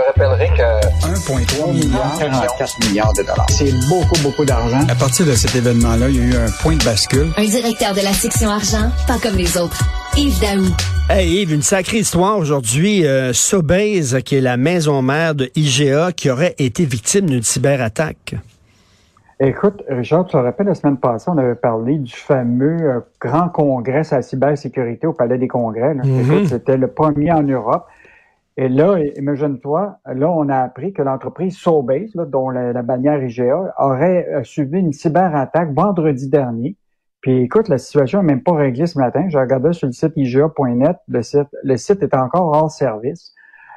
rappellerai que 1,3 milliard, 44 milliards de dollars. C'est beaucoup d'argent. À partir de cet événement-là, il y a eu un point de bascule. Un directeur de la section argent, pas comme les autres. Yves Daou. Hey Yves, une sacrée histoire aujourd'hui. Sobeys, qui est la maison mère de IGA, qui aurait été victime d'une cyberattaque. Écoute, Richard, tu te rappelles, la semaine passée, on avait parlé du fameux grand congrès sur la cybersécurité au Palais des Congrès. Là. Écoute, c'était le premier en Europe. Et là, imagine-toi, là, on a appris que l'entreprise Sobeys, là, dont la bannière IGA, aurait subi une cyberattaque vendredi dernier. Puis écoute, la situation n'est même pas réglée ce matin. Je regardais sur le site IGA.net, le site est encore hors service.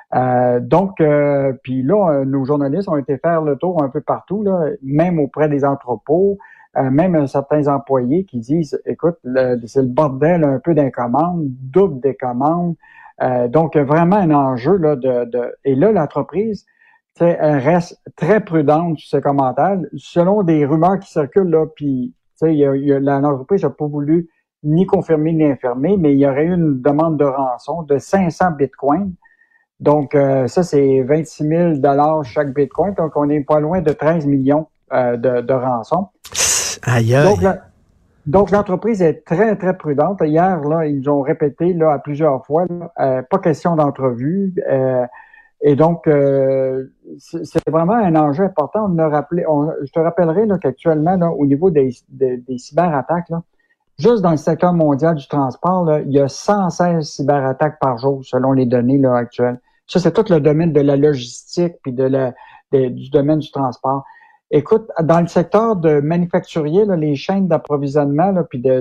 Puis là, nos journalistes ont été faire le tour un peu partout, là, même auprès des entrepôts, même certains employés qui disent, écoute, c'est le bordel un peu des commandes, double des commandes. Donc, vraiment un enjeu là et là, l'entreprise, elle reste très prudente sur ses commentaires. Selon des rumeurs qui circulent, là, puis l'entreprise n'a pas voulu ni confirmer ni infirmer, mais il y aurait eu une demande de rançon de 500 bitcoins. Donc, ça, c'est 26 000 chaque bitcoin. Donc, on n'est pas loin de 13 millions de rançon. Aïe, aïe. Donc, l'entreprise est très, très prudente. Hier, là, ils ont répété là à plusieurs fois, là, pas question d'entrevue. Et donc, c'est vraiment un enjeu important. Je te rappellerai là, qu'actuellement, là, au niveau des cyberattaques, là, juste dans le secteur mondial du transport, là, il y a 116 cyberattaques par jour, selon les données là, actuelles. Ça, c'est tout le domaine de la logistique puis du domaine du transport. Écoute, dans le secteur de manufacturier, là, les chaînes d'approvisionnement, là, puis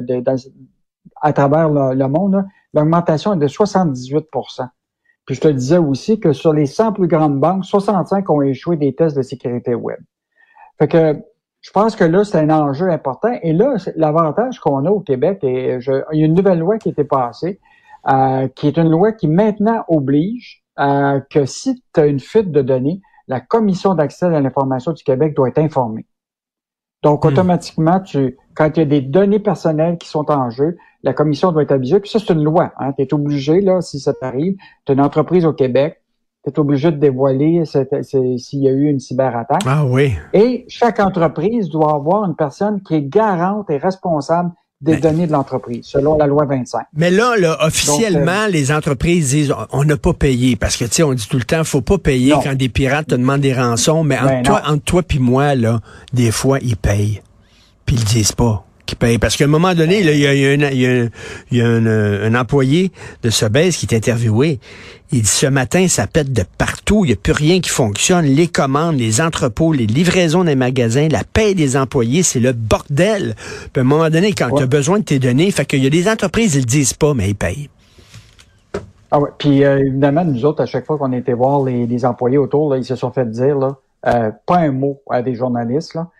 à travers le monde, là, l'augmentation est de 78%. Puis je te disais aussi que sur les 100 plus grandes banques, 65 ont échoué des tests de sécurité web. Fait que je pense que là, c'est un enjeu important. Et là, l'avantage qu'on a au Québec, il y a une nouvelle loi qui a été passée, qui est une loi qui maintenant oblige que si tu as une fuite de données, la Commission d'accès à l'information du Québec doit être informée. Donc, automatiquement, quand il y a des données personnelles qui sont en jeu, la Commission doit être avisée. Puis ça, c'est une loi. Hein. Tu es obligé, là, si ça t'arrive, tu as une entreprise au Québec, tu es obligé de dévoiler s'il y a eu une cyberattaque. Ah oui. Et chaque entreprise doit avoir une personne qui est garante et responsable des données de l'entreprise, selon la loi 25. Mais là, officiellement, les entreprises disent on n'a pas payé. Parce que, tu sais, on dit tout le temps, faut pas payer quand des pirates te demandent des rançons. Mais entre toi puis moi, là, des fois, ils payent. Puis ils le disent pas qu'ils payent. Parce qu'à un moment donné, là, il y a un employé de Sobeys qui est interviewé. Il dit, ce matin, ça pète de partout. Il n'y a plus rien qui fonctionne. Les commandes, les entrepôts, les livraisons des magasins, la paie des employés, c'est le bordel. Puis à un moment donné, quand tu as besoin de tes données, fait qu'il y a des entreprises, ils le disent pas, mais ils payent. Ah ouais. Puis évidemment, nous autres, à chaque fois qu'on a été voir les employés autour, là, ils se sont fait dire là, pas un mot à des journalistes. Là.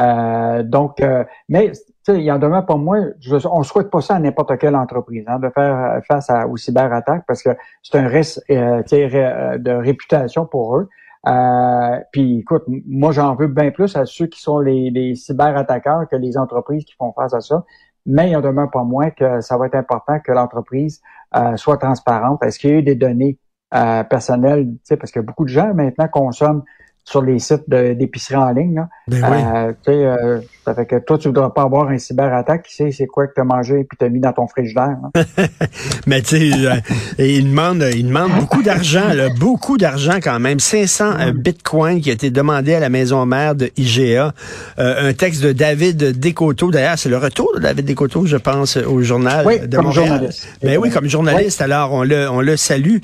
Mais il y en demeure pas moins, on souhaite pas ça à n'importe quelle entreprise, hein, de faire face aux cyberattaques parce que c'est un risque de réputation pour eux. Puis écoute, moi j'en veux bien plus à ceux qui sont les cyberattaqueurs que les entreprises qui font face à ça. Mais il en demeure pas moins que ça va être important que l'entreprise soit transparente. Est-ce qu'il y a eu des données personnelles, parce que beaucoup de gens maintenant consomment sur les sites d'épicerie en ligne. Là. Ben oui. Ça fait que toi, tu voudras pas avoir un cyberattaque qui sait c'est quoi que tu as mangé puis tu as mis dans ton frigidaire. Mais tu sais, il demande beaucoup d'argent, là, beaucoup d'argent quand même. 500 bitcoins qui a été demandé à la maison mère de IGA. Un texte de David Descoteaux. D'ailleurs, c'est le retour de David Descoteaux, je pense, au journal de comme Montréal. Journaliste. Ben oui, comme journaliste. Oui. Alors, on le salue.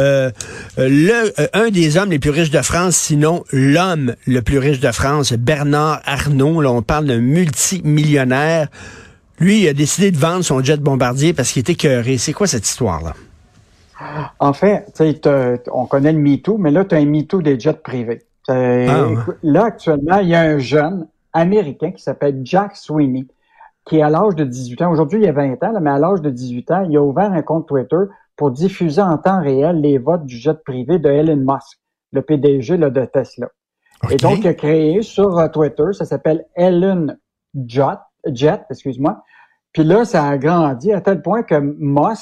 Un des hommes les plus riches de France, sinon l'homme le plus riche de France, Bernard Arnault. Là, on parle d'un multimillionnaire. Lui, il a décidé de vendre son jet bombardier parce qu'il était écœuré. C'est quoi cette histoire-là? En fait, on connaît le MeToo, mais là, tu as un MeToo des jets privés. Là, actuellement, il y a un jeune Américain qui s'appelle Jack Sweeney, qui est à l'âge de 18 ans. Aujourd'hui, il a 20 ans, là, mais à l'âge de 18 ans, il a ouvert un compte Twitter pour diffuser en temps réel les votes du jet privé de Elon Musk, le PDG là, de Tesla. Okay. Et donc, il a créé sur Twitter, ça s'appelle Elon Jet, excuse-moi. Puis là, ça a grandi à tel point que Musk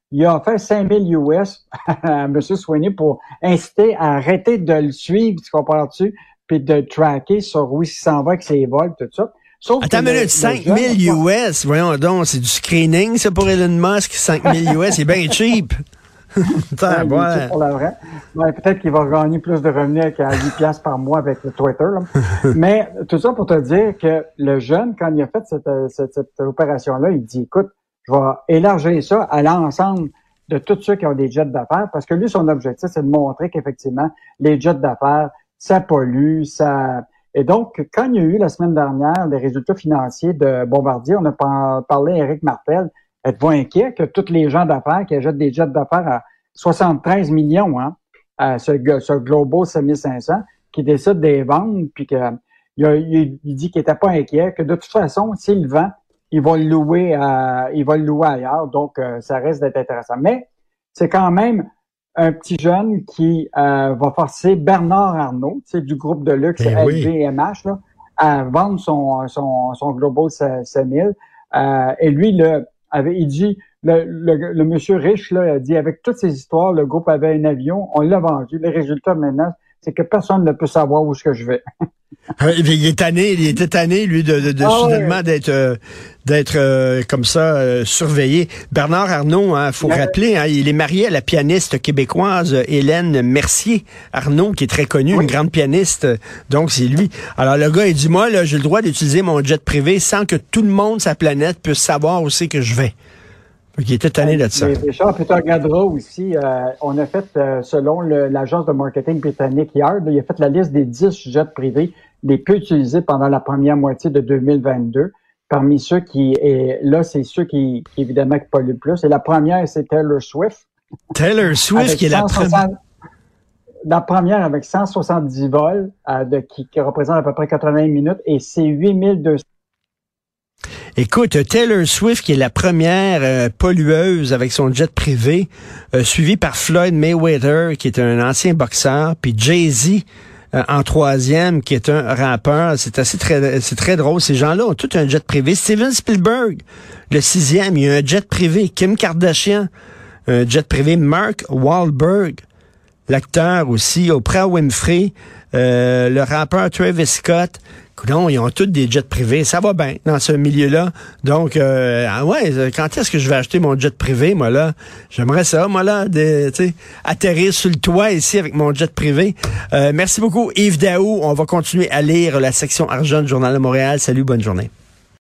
il a offert 5000 US à M. Sweeney pour inciter à arrêter de le suivre, tu comprends-tu, puis de le tracker sur où il s'en va avec ses vols, tout ça. Sauf attends une minute, 5000 US, voyons donc, c'est du screening, ça, pour Elon Musk, 5000 US, c'est bien cheap. Attends, ouais. Pour la vraie. Ouais, peut-être qu'il va gagner plus de revenus qu'à 8$ par mois avec le Twitter, là. Mais tout ça pour te dire que le jeune, quand il a fait cette opération-là, il dit, écoute, je vais élargir ça à l'ensemble de tous ceux qui ont des jets d'affaires, parce que lui, son objectif, c'est de montrer qu'effectivement, les jets d'affaires, ça pollue, ça... Et donc, quand il y a eu la semaine dernière les résultats financiers de Bombardier, on a parlé à Éric Martel, êtes-vous inquiet que tous les gens d'affaires qui achètent des jets d'affaires à 73 millions, hein, à ce Global 7500, qui décide de les vendre, puis il dit qu'il était pas inquiet, que de toute façon, s'il le vend, il va le louer ailleurs, donc ça reste d'être intéressant. Mais c'est quand même un petit jeune qui va forcer Bernard Arnault, tu sais, du groupe de luxe LVMH, là, à vendre son Global 7000. Et lui, il dit, le monsieur riche, là, a dit, avec toutes ces histoires, le groupe avait un avion, on l'a vendu. Le résultat maintenant, c'est que personne ne peut savoir où est-ce que je vais. Il était tanné, lui, de soudainement d'être comme ça surveillé. Bernard Arnault, faut rappeler, hein, il est marié à la pianiste québécoise Hélène Mercier Arnault, qui est très connue, une grande pianiste. Donc c'est lui. Alors le gars, il dit, moi là, j'ai le droit d'utiliser mon jet privé sans que tout le monde sur la planète puisse savoir où c'est que je vais. Il était tanné de ça. Richard, puis tu regarderas aussi, on a fait, selon l'agence de marketing britannique Yard, il a fait la liste des 10 jets privés les plus utilisés pendant la première moitié de 2022. Parmi ceux c'est ceux qui évidemment, qui polluent le plus. Et la première, c'est Taylor Swift. Taylor Swift, qui est la première. La première avec 170 vols, qui représente à peu près 80 minutes, et c'est 8200. Écoute, Taylor Swift, qui est la première pollueuse avec son jet privé, suivi par Floyd Mayweather, qui est un ancien boxeur, puis Jay-Z en troisième, qui est un rappeur. C'est très drôle. Ces gens-là ont tout un jet privé. Steven Spielberg, le 6e, il y a un jet privé. Kim Kardashian, un jet privé. Mark Wahlberg, l'acteur aussi. Oprah Winfrey, le rappeur Travis Scott. Non, ils ont tous des jets privés. Ça va bien dans ce milieu-là. Donc, quand est-ce que je vais acheter mon jet privé, moi, là? J'aimerais ça, moi, là, atterrir sur le toit ici avec mon jet privé. Merci beaucoup, Yves Daou. On va continuer à lire la section argent du Journal de Montréal. Salut, bonne journée.